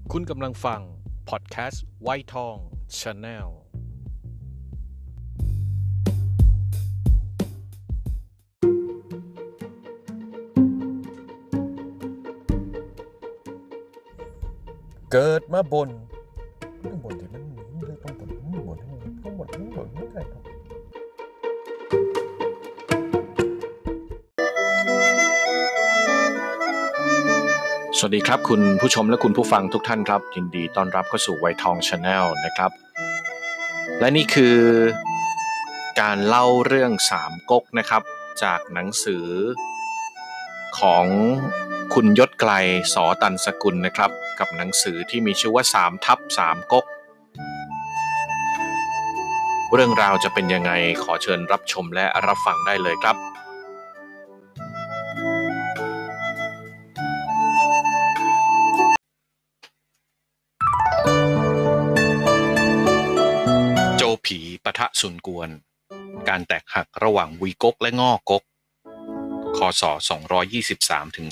คุณกำลังฟังพอดแคสต์ไวท์ทอง Channel เกิดมาบนที่มันต้องบนไม่ได้หรอกสวัสดีครับคุณผู้ชมและคุณผู้ฟังทุกท่านครับยินดีต้อนรับเข้าสู่ไวท์ทอง Channel นะครับและนี่คือการเล่าเรื่องสามก๊กนะครับจากหนังสือของคุณยศไกลสอตันสกุลนะครับกับหนังสือที่มีชื่อว่า3/3ก๊กเรื่องราวจะเป็นยังไงขอเชิญรับชมและรับฟังได้เลยครับโจผีปะทะซุนกวนการแตกหักระหว่างวีก๊กและง่อก๊กคศ223ถึง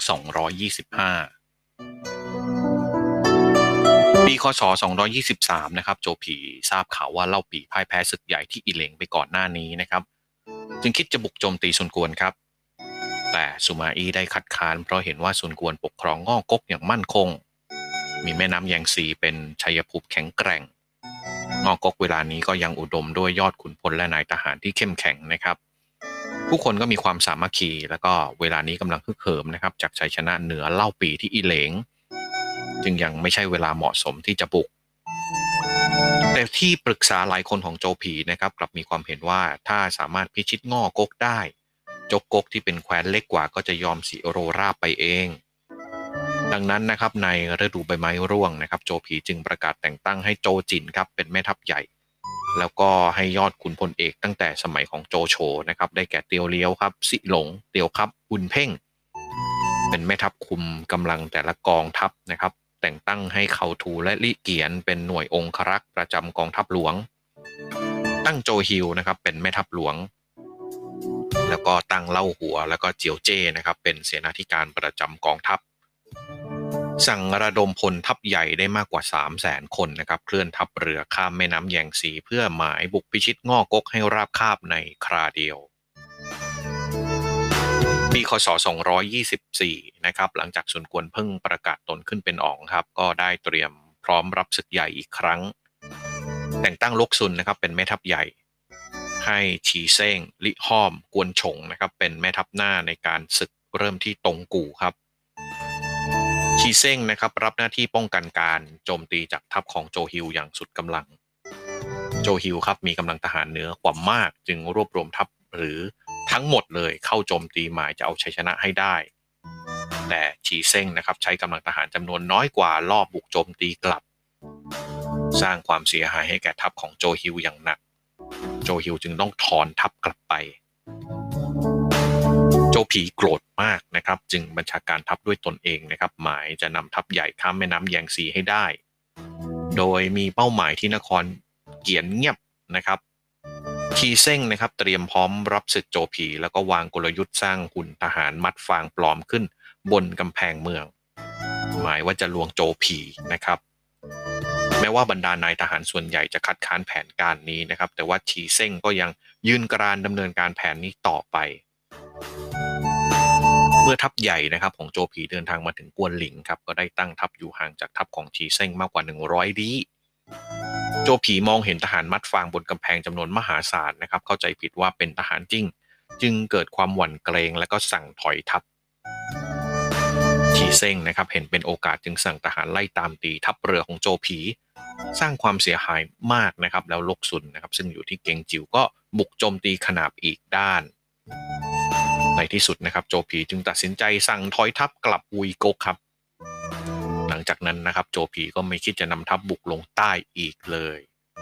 225ปีคศ223นะครับโจผีทราบข่าวว่าเล่าปี่พ่ายแพ้ศึกใหญ่ที่อิเหลงไปก่อนหน้านี้นะครับจึงคิดจะบุกโจมตีซุนกวนครับแต่สุมาอี้ได้คัดค้านเพราะเห็นว่าซุนกวนปกครองง่อก๊กอย่างมั่นคงมีแม่น้ำแยงซีเป็นชัยภูมิแข็งแกร่งง่อก๊กเวลานี้ก็ยังอุดมด้วยยอดขุนพลและนายทหารที่เข้มแข็งนะครับผู้คนก็มีความสามัคคีแล้วก็เวลานี้กำลังฮึกเหิมนะครับจากชัยชนะเหนือเล่าปี่ที่อิเหลงจึงยังไม่ใช่เวลาเหมาะสมที่จะบุกแต่ที่ปรึกษาหลายคนของโจผีนะครับกลับมีความเห็นว่าถ้าสามารถพิชิตง่อก๊กได้จกก๊กที่เป็นแคว้นเล็กกว่าก็จะยอมสิโรราบไปเองดังนั้นนะครับในฤดูใบไม้ร่วงนะครับโจผีจึงประกาศแต่งตั้งให้โจจินครับเป็นแม่ทัพใหญ่แล้วก็ให้ยอดขุนพลเอกตั้งแต่สมัยของโจโฉนะครับได้แก่เตียวเลี้ยวครับสิหลงเตียวครับอุนเพ่งเป็นแม่ทัพคุมกำลังแต่ละกองทัพนะครับแต่งตั้งให้เขาทูและลี่เกียนเป็นหน่วยองครักษ์ประจำกองทัพหลวงตั้งโจฮิวนะครับเป็นแม่ทัพหลวงแล้วก็ตั้งเล่าหัวแล้วก็เจียวเจ้นะครับเป็นเสนาธิการประจำกองทัพสั่งระดมพลทัพใหญ่ได้มากกว่า 300,000 คนนะครับเคลื่อนทัพเรือข้ามแม่น้ำแยงซีเพื่อหมายบุกพิชิตง่อก๊กให้ราบคาบในคราเดียวปีคศ224นะครับหลังจากซุนกวนเพิ่งประกาศตนขึ้นเป็นอ๋องครับก็ได้เตรียมพร้อมรับศึกใหญ่อีกครั้งแต่งตั้งลกซุนนะครับเป็นแม่ทัพใหญ่ให้ชีเซ้งลิห้อมกวนฉงนะครับเป็นแม่ทัพหน้าในการศึกเริ่มที่ตงกู่ครับชีเซ้งนะครับรับหน้าที่ป้องกันการโจมตีจากทัพของโจฮิวอย่างสุดกำลังโจฮิวครับมีกำลังทหารเหนือกว่ามากจึงรวบรวมทัพหรือทั้งหมดเลยเข้าโจมตีหมายจะเอาชัยชนะให้ได้แต่ชีเซ้งนะครับใช้กำลังทหารจำนวนน้อยกว่าลอบบุกโจมตีกลับสร้างความเสียหายให้แก่ทัพของโจฮิวอย่างหนักโจฮิวจึงต้องถอนทัพกลับไปโจผีโกรธมากนะครับจึงบัญชาการทัพด้วยตนเองนะครับหมายจะนำทัพใหญ่ข้ามแม่น้ำแยงซีให้ได้โดยมีเป้าหมายที่นครเกียนเงียบนะครับชีเซ้งนะครับเตรียมพร้อมรับศึกโจผีแล้วก็วางกลยุทธ์สร้างหุ่นทหารมัดฟางปลอมขึ้นบนกำแพงเมืองหมายว่าจะลวงโจผีนะครับแม้ว่าบรรดานายทหารส่วนใหญ่จะคัดค้านแผนการนี้นะครับแต่ว่าชีเซ้งก็ยังยืนกรานดำเนินการแผนนี้ต่อไปเมื่อทัพใหญ่นะครับของโจผีเดินทางมาถึงกวนหลิงครับก็ได้ตั้งทัพอยู่ห่างจากทัพของชีเซ้งมากกว่า100 ลี้โจผีมองเห็นทหารมัดฟางบนกำแพงจำนวนมหาศาลนะครับเข้าใจผิดว่าเป็นทหารจริงจึงเกิดความหวั่นเกรงและก็สั่งถอยทัพชีเซ้งนะครับเห็นเป็นโอกาสจึงสั่งทหารไล่ตามตีทัพเรือของโจผีสร้างความเสียหายมากนะครับแล้วลกซุนนะครับซึ่งอยู่ที่เกงจิ๋วก็บุกโจมตีขนาบอีกด้านในที่สุดนะครับโจผีจึงตัดสินใจสั่งถอยทัพกลับอุยก๊กครับหลังจากนั้นนะครับโจผีก็ไม่คิดจะนำทัพบุกลงใต้อีกเลย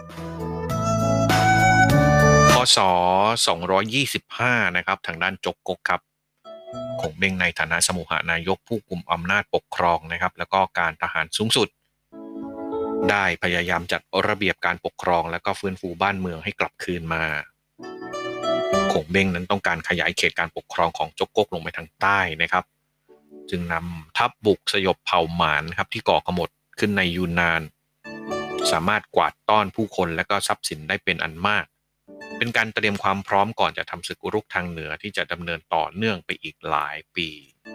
พ.ศ. 225นะครับทางด้านจกก๊กครับคงเบ้งในฐานะสมุหานายกผู้กุมอำนาจปกครองนะครับแล้วก็การทหารสูงสุดได้พยายามจัดระเบียบการปกครองแล้วก็ฟื้นฟูบ้านเมืองให้กลับคืนมาคงเบ้งนั้นต้องการขยายเขตการปกครองของจกก๊กลงไปทางใต้นะครับจึงนำทัพบุกสยบเผ่าหมานครับที่ก่อกบฏขึ้นในยูนนานสามารถกวาดต้อนผู้คนและก็ทรัพย์สินได้เป็นอันมากเป็นการเตรียมความพร้อมก่อนจะทำศึกรุกทางเหนือที่จะดำเนินต่อเนื่องไปอีกหลายปี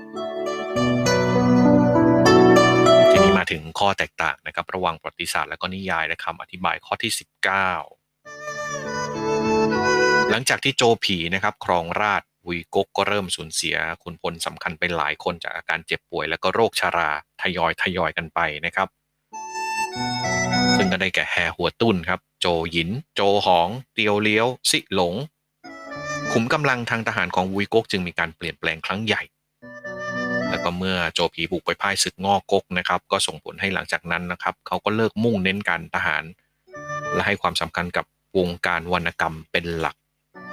ทีนี้มาถึงข้อแตกต่างนะครับระหว่างประวัติศาสตร์และก็นิยายและคำอธิบายข้อที่19หลังจากที่โจผีนะครับครองราชย์วุยก๊กก็เริ่มสูญเสียขุนพลสำคัญไปหลายคนจากอาการเจ็บป่วยและก็โรคชราทยอยกันไปนะครับซึ่งก็ได้แก่แฮหัวตุ้นครับโจหยินโจหองเตียวเลี้ยวซิหลงขุมกำลังทางทหารของวุยก๊กจึงมีการเปลี่ยนแปลงครั้งใหญ่แล้วก็เมื่อโจผีบุกไปพ่ายศึกง่อก๊กนะครับก็ส่งผลให้หลังจากนั้นนะครับเขาก็เลิกมุ่งเน้นการทหารและให้ความสำคัญกับวงการวรรณกรรมเป็นหลัก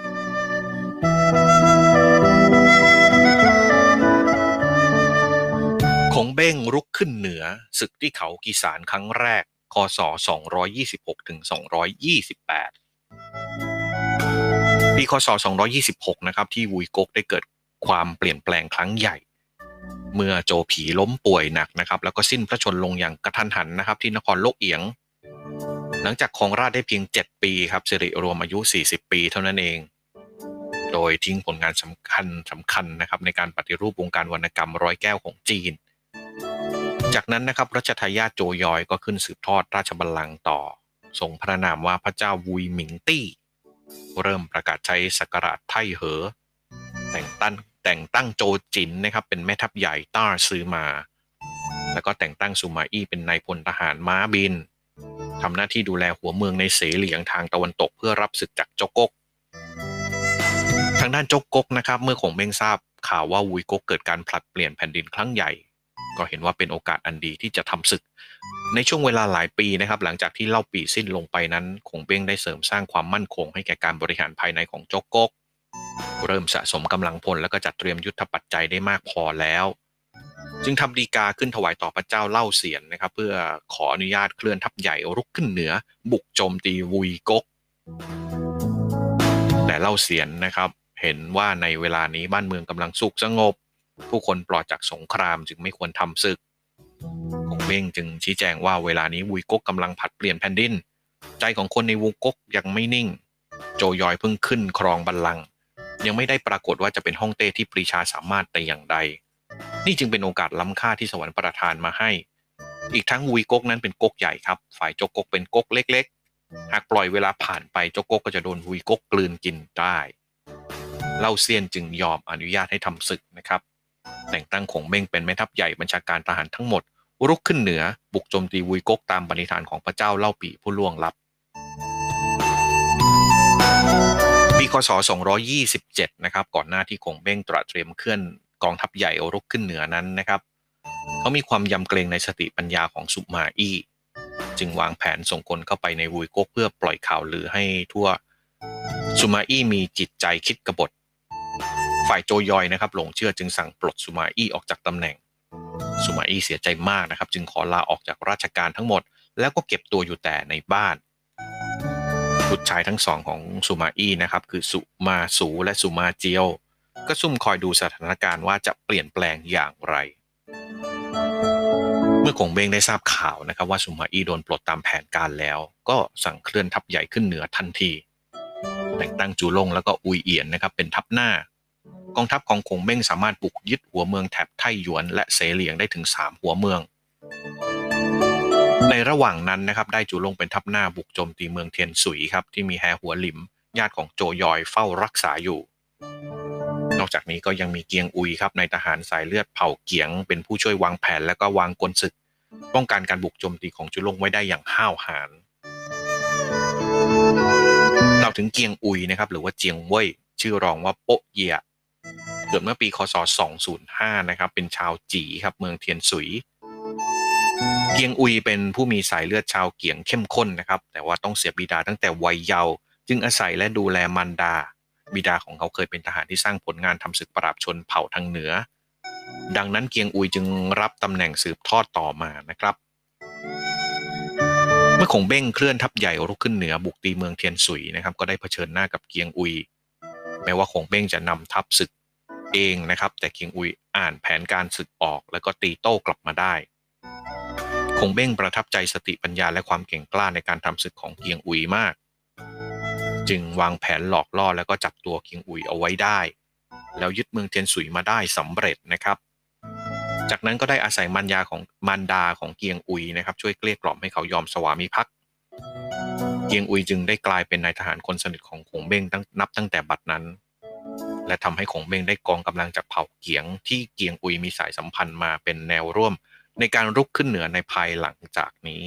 ขงเบ้งรุกขึ้นเหนือศึกที่เขากีสานครั้งแรกคศ226ถึง228ปีคศ226นะครับที่วุยก๊กได้เกิดความเปลี่ยนแปลงครั้งใหญ่เมื่อโจผีล้มป่วยหนักนะครับแล้วก็สิ้นพระชนม์ลงอย่างกระทันหันนะครับที่นครโลกเอียงหลังจากครองราชย์ได้เพียง7ปีครับสิริรวมอายุ40ปีเท่านั้นเองโดยทิ้งผลงานสำคัญนะครับในการปฏิรูปวงการวรรณกรรมร้อยแก้วของจีนจากนั้นนะครับรัชทายาทโจยอยก็ขึ้นสืบทอดราชบัลลังก์ต่อทรงพระนามว่าพระเจ้าวุยหมิงตี้เริ่มประกาศใช้ศักราชไท่เหอแต่งตั้งโจจินนะครับเป็นแม่ทัพใหญ่ต้าซื้อมาแล้วก็แต่งตั้งซูมาอี้เป็นนายพลทหารม้าบินทำหน้าที่ดูแลหัวเมืองในเสเหลียงทางตะวันตกเพื่อรับศึกจากโจก๊กทางด้านโจก๊กนะครับเมื่อขงเบ้งทราบข่าวว่าวุยก๊กเกิดการผลัดเปลี่ยนแผ่นดินครั้งใหญ่ก็เห็นว่าเป็นโอกาสอันดีที่จะทำศึกในช่วงเวลาหลายปีนะครับหลังจากที่เล่าปี่สิ้นลงไปนั้นขงเบ้งได้เสริมสร้างความมั่นคงให้แก่การบริหารภายในของโจก๊กเริ่มสะสมกำลังพลและก็จัดเตรียมยุทธปัจจัยได้มากพอแล้วจึงทำฎีกาขึ้นถวายต่อพระเจ้าเล่าเสียนนะครับเพื่อขออนุญาตเคลื่อนทัพใหญ่รุกขึ้นเหนือบุกโจมตีวุยก๊กแต่เล่าเสียนนะครับเห็นว่าในเวลานี้บ้านเมืองกำลังสุขสงบผู้คนปลอดจากสงครามจึงไม่ควรทำศึกขงเบ้งจึงชี้แจงว่าเวลานี้วุยก๊กกำลังผัดเปลี่ยนแผ่นดินใจของคนในวุยก๊กยังไม่นิ่งโจยอยเพิ่งขึ้นครองบัลลังก์ยังไม่ได้ปรากฏว่าจะเป็นฮ่องเต้ที่ปรีชาสามารถแต่อย่างใดนี่จึงเป็นโอกาสล้ำค่าที่สวรรค์ประทานมาให้อีกทั้งวุยก๊กนั้นเป็นก๊กใหญ่ครับฝ่ายโจก๊กเป็นก๊กเล็กๆหากปล่อยเวลาผ่านไปโจก๊กก็จะโดนวุยก๊กกลืนกินได้เล่าเซียนจึงยอมอนุญาตให้ทำศึกนะครับแต่งตั้งขงเบ้งเป็นแม่ทัพใหญ่บัญชาการทหารทั้งหมดรุกขึ้นเหนือบุกโจมตีวุยก๊กตามปณิธานของพระเจ้าเล่าปี่ผู้ล่วงลับปีคศ227นะครับก่อนหน้าที่ขงเบ้งตระเตรียมเคลื่อนกองทัพใหญ่รุกขึ้นเหนือนั้นนะครับเขามีความยำเกรงในสติปัญญาของสุมาอี้จึงวางแผนส่งคนเข้าไปในวุยก๊กเพื่อปล่อยข่าวลือให้ทั่วสุมาอี้มีจิตใจคิดกบฏฝ่ายโจยอยนะครับหลงเชื่อจึงสั่งปลดสุมาอี้ออกจากตำแหน่งสุมาอี้เสียใจมากนะครับจึงขอลาออกจากราชการทั้งหมดแล้วก็เก็บตัวอยู่แต่ในบ้านบุตรชายทั้งสองของสุมาอี้นะครับคือสุมาสูและสุมาเจียวก็ซุ่มคอยดูสถานการณ์ว่าจะเปลี่ยนแปลงอย่างไรเมื่อขงเบ้งได้ทราบข่าวนะครับว่าสุมาอี้โดนปลดตามแผนการแล้วก็สั่งเคลื่อนทัพใหญ่ขึ้นเหนือทันทีแต่งตั้งจูลงแล้วก็อุยเอียนนะครับเป็นทัพหน้ากองทัพของขงเบ้งสามารถบุกยึดหัวเมืองแถบไท่หยวนและเสเหลียงได้ถึง3หัวเมืองในระหว่างนั้นนะครับได้จูลงเป็นทัพหน้าบุกโจมตีเมืองเทียนสุยครับที่มีแฮหัวหลิมญาติของโจยอยเฝ้ารักษาอยู่นอกจากนี้ก็ยังมีเกียงอุยครับในทหารสายเลือดเผ่าเกียงเป็นผู้ช่วยวางแผนและก็วางกลศึกป้องกันการบุกโจมตีของจูลงไว้ได้อย่างห้าวหาญเราถึงเกียงอุยนะครับหรือว่าเจียงเว่ยชื่อรองว่าโป๊ะเยียเกิดเมื่อปีคศ205นะครับเป็นชาวจีครับเมืองเทียนสุยเกียงอุยเป็นผู้มีสายเลือดชาวเกียงเข้มข้นนะครับแต่ว่าต้องเสียบิดาตั้งแต่วัยเยาว์จึงอาศัยและดูแลมารดาบิดาของเขาเคยเป็นทหารที่สร้างผลงานทำศึกปราบชนเผ่าทางเหนือดังนั้นเกียงอุยจึงรับตำแหน่งสืบทอดต่อมานะครับเมื่อขงเบ้งเคลื่อนทัพใหญ่รุกขึ้นเหนือบุกตีเมืองเทียนสุยนะครับก็ได้เผชิญหน้ากับเกียงอุยแม้ว่าขงเบ้งจะนำทัพศึกเองนะครับแต่เกียงอุยอ่านแผนการศึกออกแล้วก็ตีโต้กลับมาได้คงเบ้งประทับใจสติปัญญาและความเก่งกล้าในการทำศึกของเกียงอุยมากจึงวางแผนหลอกล่อแล้วก็จับตัวเกียงอุยเอาไว้ได้แล้วยึดเมืองเทียนสุยมาได้สำเร็จนะครับจากนั้นก็ได้อาศัยมารดาของเกียงอุยนะครับช่วยเกลี้ยกล่อมให้เขายอมสวามิภักดิ์เกียงอุยจึงได้กลายเป็นนายทหารคนสนิทของคงเบ้งตั้งแต่บัดนั้นและทำให้คงเบ้งได้กองกำลังจากเผ่าเกียงที่เกียงอุยมีสายสัมพันธ์มาเป็นแนวร่วมในการรุกขึ้นเหนือในภายหลังจากนี้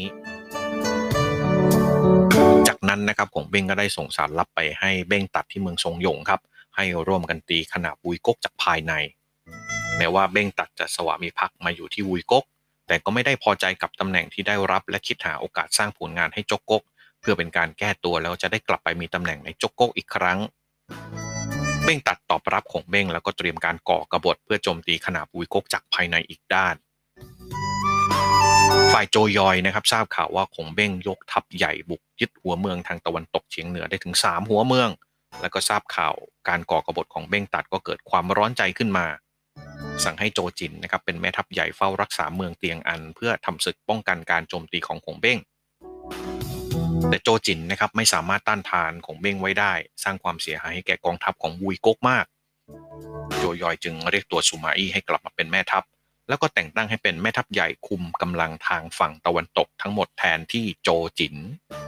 จากนั้นนะครับคงเบ้งก็ได้ส่งสารลับไปให้เบ้งตัดที่เมืองซงหยงครับให้ร่วมกันตีขนาบวุยก๊กจากภายในแม้ว่าเบ้งตัดจะสวามิภักดิ์มาอยู่ที่วุยก๊กแต่ก็ไม่ได้พอใจกับตำแหน่งที่ได้รับและคิดหาโอกาสสร้างผลงานให้จกก๊กเพื่อเป็นการแก้ตัวแล้วจะได้กลับไปมีตำแหน่งในจกก๊กอีกครั้งเบ้งตัดตอบรับของเบ้งแล้วก็เตรียมการก่อกบฏเพื่อโจมตีขนาบวุยก๊กจากภายในอีกด้านฝ่ายโจยอยนะครับทราบข่าวว่าคงเบ้งยกทัพใหญ่บุกยึดหัวเมืองทางตะวันตกเฉียงเหนือได้ถึง3หัวเมืองแล้วก็ทราบข่าวการก่อกบฏของเบ้งตัดก็เกิดความร้อนใจขึ้นมาสั่งให้โจจินนะครับเป็นแม่ทัพใหญ่เฝ้ารักษาเมืองเตียงอันเพื่อทำศึกป้องกันการโจมตีของคงเบ้งแต่โจจินนะครับไม่สามารถต้านทานคงเบ้งไว้ได้สร้างความเสียหายให้แก่กองทัพของวุยก๊กมากโจยอยจึงเรียกตัวซูมาอี้ให้กลับมาเป็นแม่ทัพแล้วก็แต่งตั้งให้เป็นแม่ทัพใหญ่คุมกำลังทางฝั่งตะวันตกทั้งหมดแทนที่โจจิน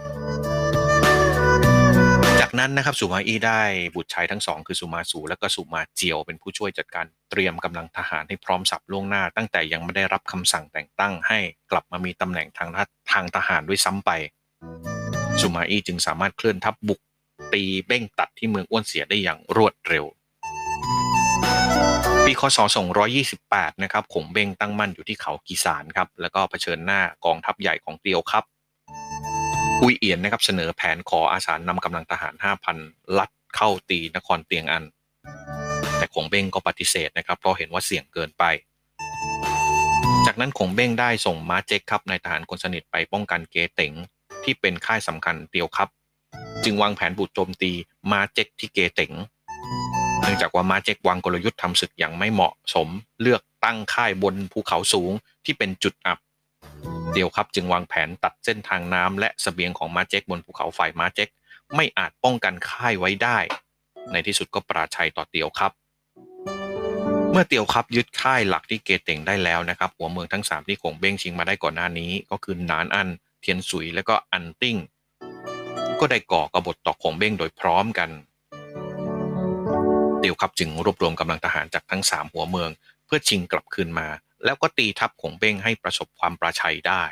จากนั้นนะครับซูมาอี้ได้บุตรชายทั้งสองคือซูมาสูและก็ซูมาเจียวเป็นผู้ช่วยจัดการเตรียมกำลังทหารให้พร้อมสับล่วงหน้าตั้งแต่ยังไม่ได้รับคำสั่งแต่งตั้งให้กลับมามีตำแหน่งทางทหารด้วยซ้ำไปซูมาอี้จึงสามารถเคลื่อนทัพบุกตีเบ้งตัดที่เมืองอ้วนเสียได้อย่างรวดเร็วปีคศ228นะครับขงเบ้งตั้งมั่นอยู่ที่เขากีซานครับแล้วก็เผชิญหน้ากองทัพใหญ่ของเตียวครับอุยเอียนนะครับเสนอแผนขออาสานำกำลังทหาร 5,000 ลัดเข้าตีนครเตียงอันแต่ขงเบ้งก็ปฏิเสธนะครับเพราะเห็นว่าเสี่ยงเกินไปจากนั้นขงเบ้งได้ส่งม้าเจ๊กครับนายทหารคนสนิทไปป้องกันเกเต็งที่เป็นค่ายสำคัญเตียวครับจึงวางแผนบุกโจมตีม้าเจ๊กที่เกเต็งเนื่องจากว่าม้าเจ๊กวางกลยุทธ์ทำศึกอย่างไม่เหมาะสมเลือกตั้งค่ายบนภูเขาสูงที่เป็นจุดอับเตียวครับจึงวางแผนตัดเส้นทางน้ำและเสบียงของม้าเจ๊กบนภูเขาฝ่ายม้าเจ๊กไม่อาจป้องกันค่ายไว้ได้ในที่สุดก็ปราชัยต่อเตียวครับเมื่อเตียวครับยึดค่ายหลักที่เกเต็งได้แล้วนะครับหัวเมืองทั้ง3ที่คงเบ้งชิงมาได้ก่อนหน้านี้ก็คือหนานอันเทียนสุยและก็อันติ้งก็ได้ก่อกบฏต่อคงเบ้งโดยพร้อมกันเตียวครับจึงรวบรวมกำลังทหารจากทั้ง3หัวเมืองเพื่อชิงกลับคืนมาแล้วก็ตีทัพคงเบ้งให้ประสบความปราชัยได้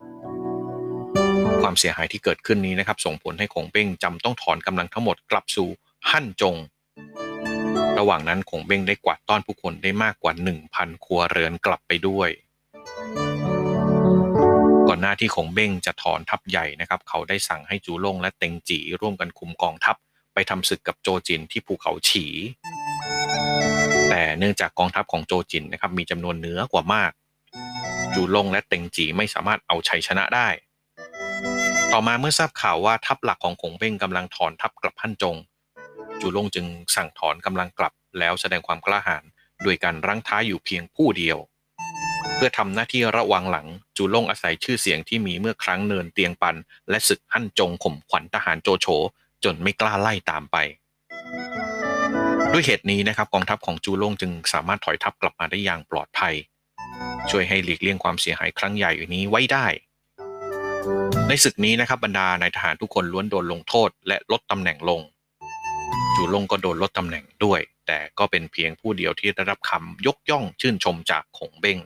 ความเสียหายที่เกิดขึ้นนี้นะครับส่งผลให้คงเบ้งจำต้องถอนกำลังทั้งหมดกลับสู่ฮั่นจงระหว่างนั้นคงเบ้งได้กวาดต้อนผู้คนได้มากกว่า 1,000 ครัวเรือนกลับไปด้วยก่อนหน้าที่คงเบ้งจะถอนทัพใหญ่นะครับเขาได้สั่งให้จูล่งและเต็งจีร่วมกันคุมกองทัพไปทำศึกกับโจจินที่ภูเขาฉีแต่เนื่องจากกองทัพของโจจินนะครับมีจำนวนเหนือกว่ามากจูล่งและเต็งจีไม่สามารถเอาชัยชนะได้ต่อมาเมื่อทราบข่าวว่าทัพหลักของคงเบ้งกำลังถอนทัพกลับฮั่นจงจูล่งจึงสั่งถอนกำลังกลับแล้วแสดงความกล้าหาญโดยการรั้งท้ายอยู่เพียงผู้เดียวเพื่อทำหน้าที่ระวังหลังจูล่งอาศัยชื่อเสียงที่มีเมื่อครั้งเนินเตียงปันและศึกฮั่นจงข่มขวัญทหารโจโฉจนไม่กล้าไล่ตามไปด้วยเหตุนี้นะครับกองทัพของจูล่งจึงสามารถถอยทัพกลับมาได้อย่างปลอดภัยช่วยให้หลีกเลี่ยงความเสียหายครั้งใหญ่นี้ไว้ได้ในศึกนี้นะครับบรรดานายทหารทุกคนล้วนโดนลงโทษและลดตำแหน่งลงจูล่งก็โดนลดตำแหน่งด้วยแต่ก็เป็นเพียงผู้เดียวที่ได้รับคำยกย่องชื่นชมจากคงเบ้ง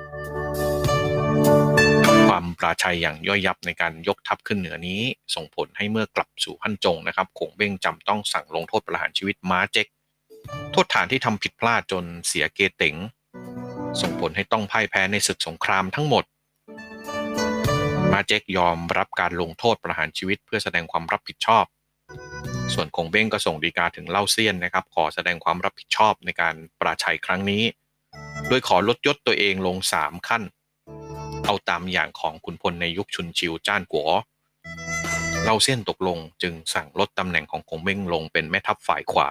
ความปราชัยอย่างย่อยยับในการยกทัพขึ้นเหนือนี้ส่งผลให้เมื่อกลับสู่ฮั่นจงนะครับคงเบ้งจำต้องสั่งลงโทษประหารชีวิตม้าเจ๊กโทษฐานที่ทำผิดพลาดจนเสียเกเต็งส่งผลให้ต้องพ่ายแพ้ในศึกสงครามทั้งหมดม้าเจ๊กยอมรับการลงโทษประหารชีวิตเพื่อแสดงความรับผิดชอบส่วนคงเบ้งก็ส่งฎีกาถึงเล่าเซียนนะครับขอแสดงความรับผิดชอบในการปราชัยครั้งนี้โดยขอลดยศตัวเองลง3ขั้นเอาตามอย่างของขุนพลในยุคชุนชิวจ้านกัวเล่าเซียนตกลงจึงสั่งลดตำแหน่งของคงเบ้งลงเป็นแม่ทัพฝ่ายขวา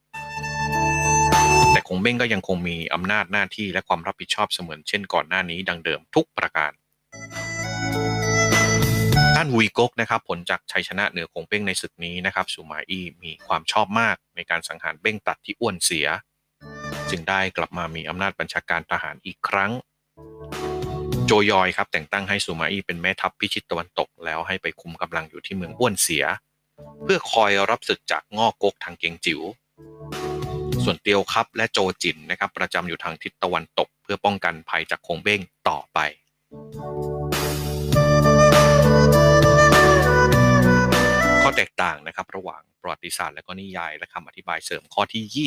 แต่คงเบ้งก็ยังคงมีอำนาจหน้าที่และความรับผิดชอบเสมือนเช่นก่อนหน้านี้ดังเดิมทุกประการานฮุยก๊กนะครับผลจากชัยชนะเหนือคงเบ้งในศึกนี้นะครับซูมาอี้มีความชอบมากในการสังหารเบ้งตัดที่อ้วนเสียจึงได้กลับมามีอำนาจบัญชาการทหารอีกครั้งโจยอยครับแต่งตั้งให้ซูมาอี้เป็นแม่ทัพพิชิตตะวันตกแล้วให้ไปคุมกำลังอยู่ที่เมืองอ้วนเสียเพื่อคอยรับศึกจากง่อก๊กทางเกียงจิ๋วส่วนเตียวครับและโจจินนะครับประจำอยู่ทางทิศตะวันตกเพื่อป้องกันภัยจากคงเบ้งต่อไปข้อแตกต่างนะครับระหว่างประวัติศาสตร์และก็นิยายและคำอธิบายเสริมข้อที่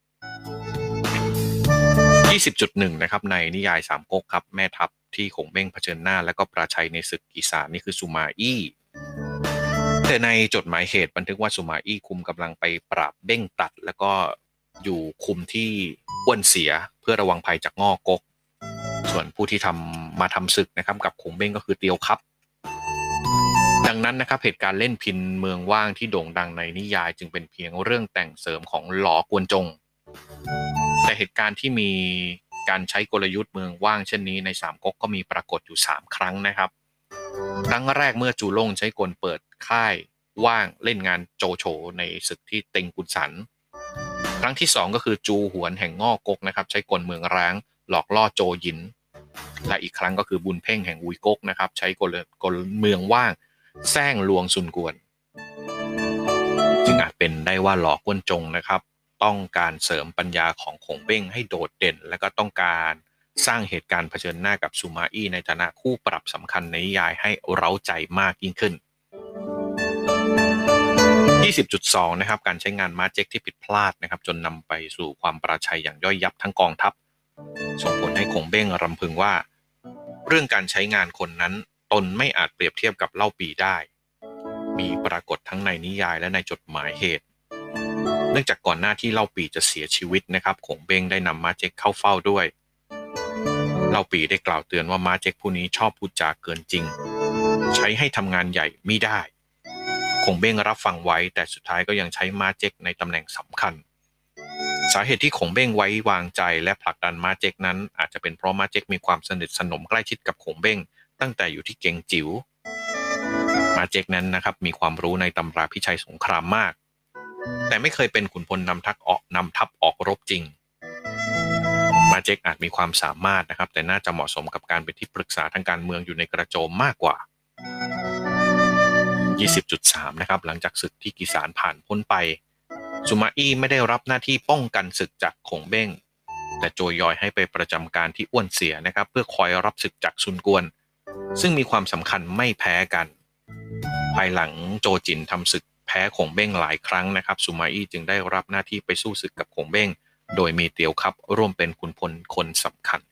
20.1 นะครับในนิยายสามก๊กครับแม่ทัพที่คงเบ้งเผชิญหน้าและก็ปราชัยในศึกอีสานนี่คือซูมาอี้แต่ในจดหมายเหตุบันทึกว่าซูมาอี้คุมกำลังไปปราบเบ้งตัดแล้วก็อยู่คุมที่อ้วนเสียเพื่อระวังภัยจากง่อก๊กส่วนผู้ที่มาทำศึกนะครับกับคงเบ้งก็คือเตียวครับดังนั้นนะครับเหตุการณ์เล่นพินเมืองว่างที่โด่งดังในนิยายจึงเป็นเพียงเรื่องแต่งเสริมของหลอกวนจงแต่เหตุการณ์ที่มีการใช้กลยุทธ์เมืองว่างเช่นนี้ในสามก๊กก็มีปรากฏอยู่3ครั้งนะครับครั้งแรกเมื่อจูล่งใช้กลเปิดค่ายว่างเล่นงานโจโฉในศึกที่เต็งกุนสันครั้งที่2ก็คือจูหวนแห่งง่อก๊กนะครับใช้กลเมืองร้างหลอกล่อโจหยินและอีกครั้งก็คือบุญเพ่งแห่งอุยก๊กนะครับใช้กลเมืองว่างแซงลวงซุนกวนจึงอาจเป็นได้ว่าหลอกกวนจงนะครับต้องการเสริมปัญญาของคงเบ้งให้โดดเด่นและก็ต้องการสร้างเหตุการณ์เผชิญหน้ากับซูมาอี้ในฐานะคู่ปรับสำคัญในนิยายให้เร้าใจมากยิ่งขึ้น 20.2 นะครับการใช้งานม้าเจ๊กที่ผิดพลาดนะครับจนนำไปสู่ความปราชัยอย่างย่อยยับทั้งกองทัพส่งผลให้คงเบ้งรำพึงว่าเรื่องการใช้งานคนนั้นตนไม่อาจเปรียบเทียบกับเล่าปีได้มีปรากฏทั้งในนิยายและในจดหมายเหตุเนื่องจากก่อนหน้าที่เล่าปีจะเสียชีวิตนะครับคงเบ้งได้นำม้าเจ๊กเข้าเฝ้าด้วยเล่าปีได้กล่าวเตือนว่าม้าเจ๊กผู้นี้ชอบพูดจาเกินจริงใช้ให้ทำงานใหญ่ไม่ได้คงเบ้งรับฟังไว้แต่สุดท้ายก็ยังใช้ม้าเจ๊กในตำแหน่งสำคัญสาเหตุที่คงเบ้งไว้วางใจและผลักดันม้าเจ๊กนั้นอาจจะเป็นเพราะม้าเจ๊กมีความสนิทสนมใกล้ชิดกับคงเบ้งตั้งแต่อยู่ที่เกียงจิ๋วม้าเจ๊กนั้นนะครับมีความรู้ในตำราพิชัยสงครามมากแต่ไม่เคยเป็นขุนพลนำทัพออกรบจริงม้าเจ๊กอาจมีความสามารถนะครับแต่น่าจะเหมาะสมกับการเป็นที่ปรึกษาทางการเมืองอยู่ในกระโจมมากกว่า20.3 นะครับหลังจากศึกที่กีสานผ่านพ้นไปซูมาอี้ไม่ได้รับหน้าที่ป้องกันศึกจากคงเบ้งแต่โจยอยให้ไปประจำการที่อ้วนเสียนะครับเพื่อคอยรับศึกจากซุนกวนซึ่งมีความสำคัญไม่แพ้กันภายหลังโจจินทำศึกแพ้คงเบ้งหลายครั้งนะครับซูมาอี้จึงได้รับหน้าที่ไปสู้ศึกกับคงเบ้งโดยมีเตียวครับร่วมเป็นขุนพลคนสำคัญ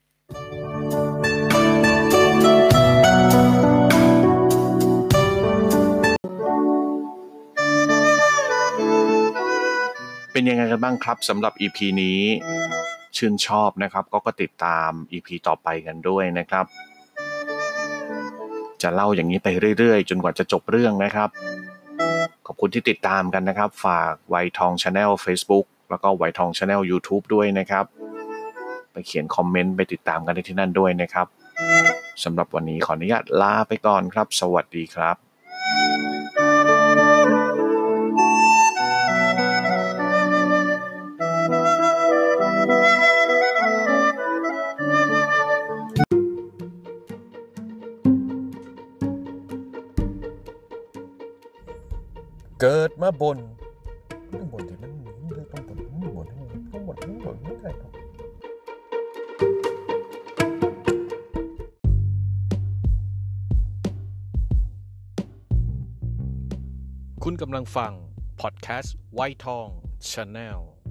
เป็นยังไงกันบ้างครับสำหรับ EP นี้ชื่นชอบนะครับก็ติดตาม EP ต่อไปกันด้วยนะครับจะเล่าอย่างนี้ไปเรื่อยๆจนกว่าจะจบเรื่องนะครับขอบคุณที่ติดตามกันนะครับฝากไวทอง Channel Facebook แล้วก็ไวทอง Channel YouTube ด้วยนะครับไปเขียนคอมเมนต์ไปติดตามกันที่นั่นด้วยนะครับสำหรับวันนี้ขออนุญาตลาไปก่อนครับสวัสดีครับเกิดมาบนต้องบนที่มันต้องบนไม่ได้ครับคุณกำลังฟังพอดแคสต์ไวท์ทอง Channel